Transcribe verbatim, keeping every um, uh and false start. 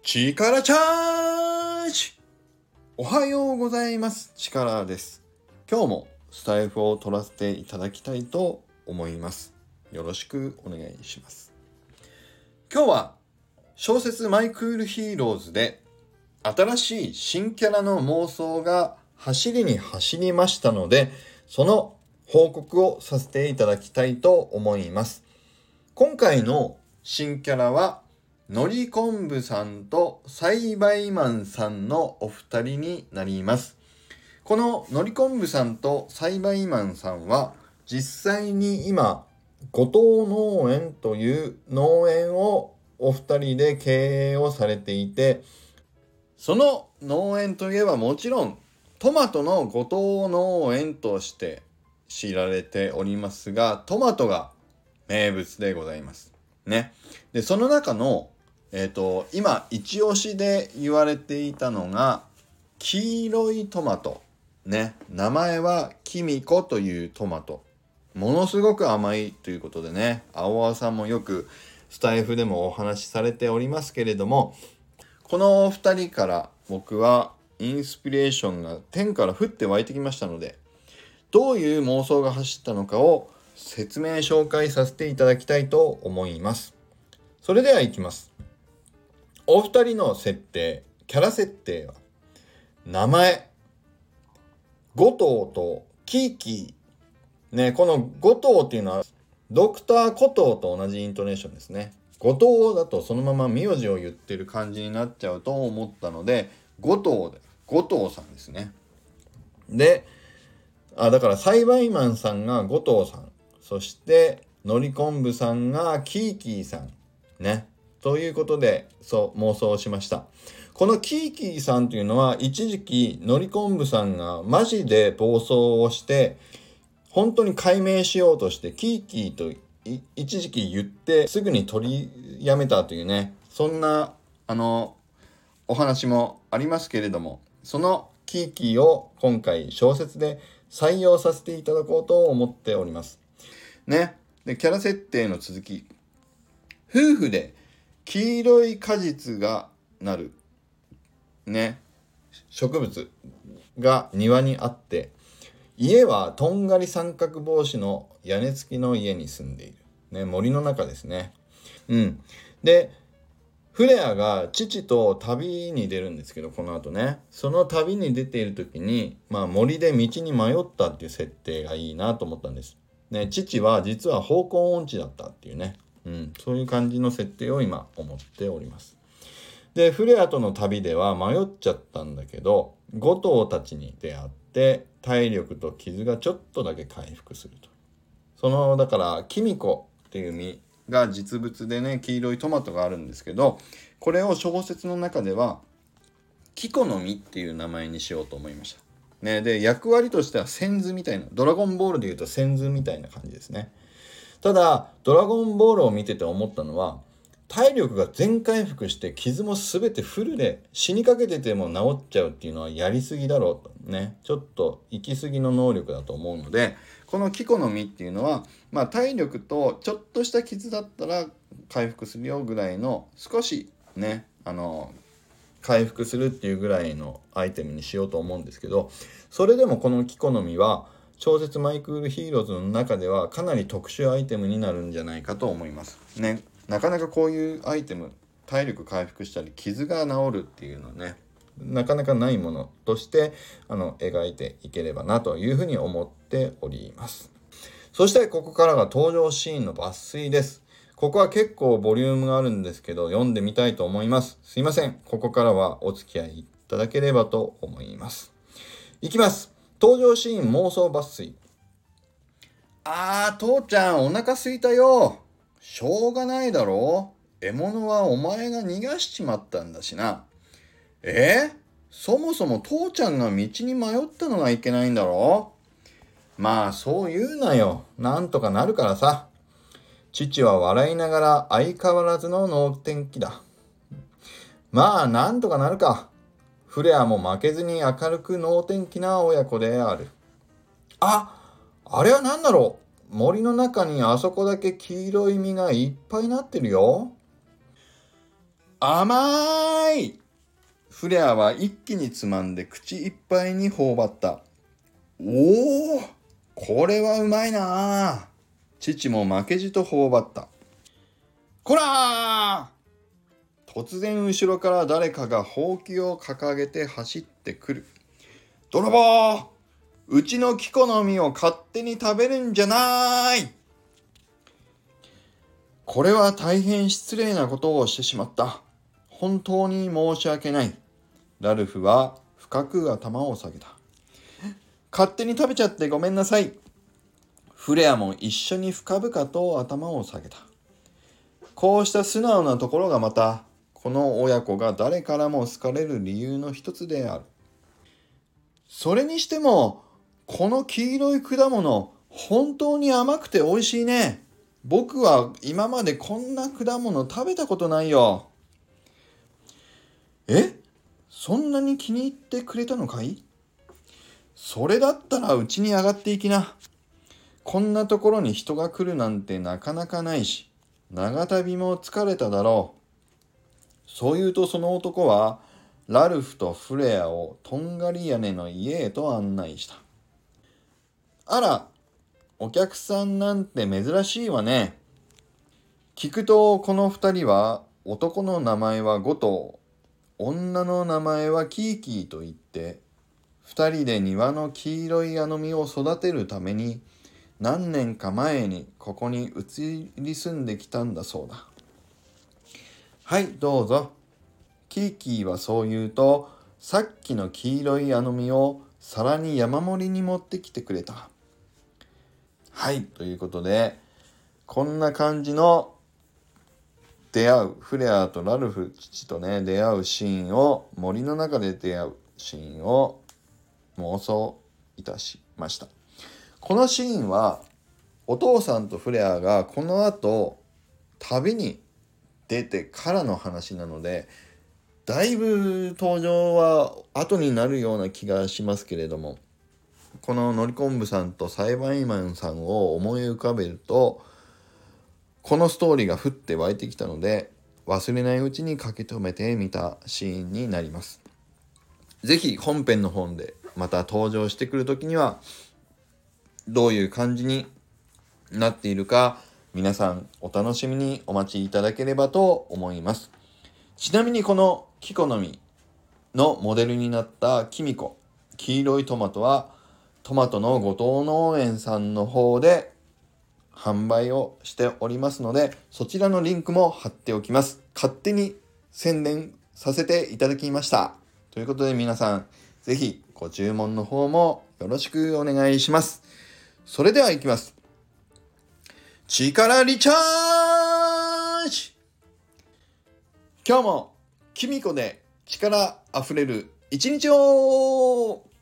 力チャージ。おはようございます。力です。今日もスタイフを取らせていただきたいと思います。よろしくお願いします。今日は小説マイクールヒーローズで新しい新キャラの妄想が走りに走りましたので、その報告をさせていただきたいと思います。今回の新キャラはのりこんぶさんと栽培マンさんのお二人になります。こののりこんぶさんと栽培マンさんは実際に今五島農園という農園をお二人で経営をされていて、その農園といえばもちろんトマトの五島農園として知られておりますが、トマトが名物でございますね。でその中のえっと今一押しで言われていたのが黄色いトマトね。名前はキミコというトマト、ものすごく甘いということでね、青青さんもよくスタイフでもお話しされておりますけれども、このお二人から僕はインスピレーションが天から降って湧いてきましたので、どういう妄想が走ったのかを説明紹介させていただきたいと思います。それではいきます。お二人の設定、キャラ設定は名前ゴトウとキーキーね。このゴトウっていうのはドクターコトーと同じイントネーションですね。ゴトウだとそのまま名字を言ってる感じになっちゃうと思ったので、ゴトウでゴトウさんですね。であだから栽培マンさんがゴトウさん、そしてのりこんぶさんがキーキーさんね、ということでそう妄想しました。このキーキーさんというのは一時期のりこんぶさんがマジで暴走をして本当に解明しようとしてキーキーと一時期言ってすぐに取りやめたというね、そんなあのお話もありますけれども、そのキーキーを今回小説で採用させていただこうと思っておりますね。でキャラ設定の続き、夫婦で黄色い果実がなるね植物が庭にあって、家はとんがり三角帽子の屋根付きの家に住んでいる、ね、森の中ですね。うんでフレアが父と旅に出るんですけど、この後ね、その旅に出ている時に、まあ、森で道に迷ったっていう設定がいいなと思ったんです、ね、父は実は方向音痴だったっていうね、うん、そういう感じの設定を今思っております。でフレアとの旅では迷っちゃったんだけど、ゴトウたちに出会って体力と傷がちょっとだけ回復すると。そのだからキミコっていう実が実物でね、黄色いトマトがあるんですけど、これを小説の中ではキコの実っていう名前にしようと思いましたね。で役割としては仙豆みたいな、ドラゴンボールでいうと仙豆みたいな感じですね。ただドラゴンボールを見てて思ったのは、体力が全回復して傷も全てフルで死にかけてても治っちゃうっていうのはやりすぎだろうとね、ちょっと行き過ぎの能力だと思うので、このキコの実っていうのは、まあ、体力とちょっとした傷だったら回復するよぐらいの、少しねあの回復するっていうぐらいのアイテムにしようと思うんですけど、それでもこのキコの実は小説マイクールヒーローズの中ではかなり特殊アイテムになるんじゃないかと思いますね。なかなかこういうアイテム、体力回復したり傷が治るっていうのはね、なかなかないものとしてあの描いていければなというふうに思っております。そしてここからが登場シーンの抜粋です。ここは結構ボリュームがあるんですけど、読んでみたいと思います。すいません、ここからはお付き合いいただければと思います。いきます。登場シーン妄想抜粋。あー父ちゃんお腹すいたよ。しょうがないだろう。獲物はお前が逃がしちまったんだしな。えー、そもそも父ちゃんが道に迷ったのがいけないんだろう。まあそう言うなよ。なんとかなるからさ。父は笑いながら相変わらずの能天気だ。まあなんとかなるか。フレアも負けずに明るく能天気な親子である。あ、あれは何だろう。森の中にあそこだけ黄色い実がいっぱいなってるよ。 甘い。フレアは一気につまんで口いっぱいに頬張った。おお、これはうまいな。父も負けじと頬張った。こらー！突然後ろから誰かがほうきを掲げて走ってくる。泥棒！うちのキコの実を勝手に食べるんじゃない。これは大変失礼なことをしてしまった。本当に申し訳ない。ラルフは深く頭を下げた。勝手に食べちゃってごめんなさい。フレアも一緒に深々と頭を下げた。こうした素直なところがまた、この親子が誰からも好かれる理由の一つである。それにしても、この黄色い果物、本当に甘くて美味しいね。僕は今までこんな果物食べたことないよ。え？そんなに気に入ってくれたのかい？それだったらうちに上がっていきな。こんなところに人が来るなんてなかなかないし、長旅も疲れただろう。そう言うとその男は、ラルフとフレアをとんがり屋根の家へと案内した。あら、お客さんなんて珍しいわね。聞くとこの二人は、男の名前はゴトウ、女の名前はキーキーと言って、二人で庭の黄色いあの実を育てるために、何年か前にここに移り住んできたんだそうだ。はい、どうぞ。キーキーはそう言うと、さっきの黄色いあの実を皿に山盛りに持ってきてくれた。はい、ということで、こんな感じの出会う、フレアとラルフ父とね、出会うシーンを、森の中で出会うシーンを妄想いたしました。このシーンはお父さんとフレアがこの後旅に出てからの話なので、だいぶ登場は後になるような気がしますけれども、こののりこんぶさんと裁判員マンさんを思い浮かべると、このストーリーがふって湧いてきたので、忘れないうちに書き留めてみたシーンになります。ぜひ本編の本でまた登場してくるときにはどういう感じになっているか、皆さんお楽しみにお待ちいただければと思います。ちなみにこのキコの実のモデルになったキミコ、黄色いトマトはトマトの後藤農園さんの方で販売をしておりますので、そちらのリンクも貼っておきます。勝手に宣伝させていただきました。ということで皆さん、ぜひご注文の方もよろしくお願いします。それでは行きます。力リチャージ！今日もキミコで力あふれる一日を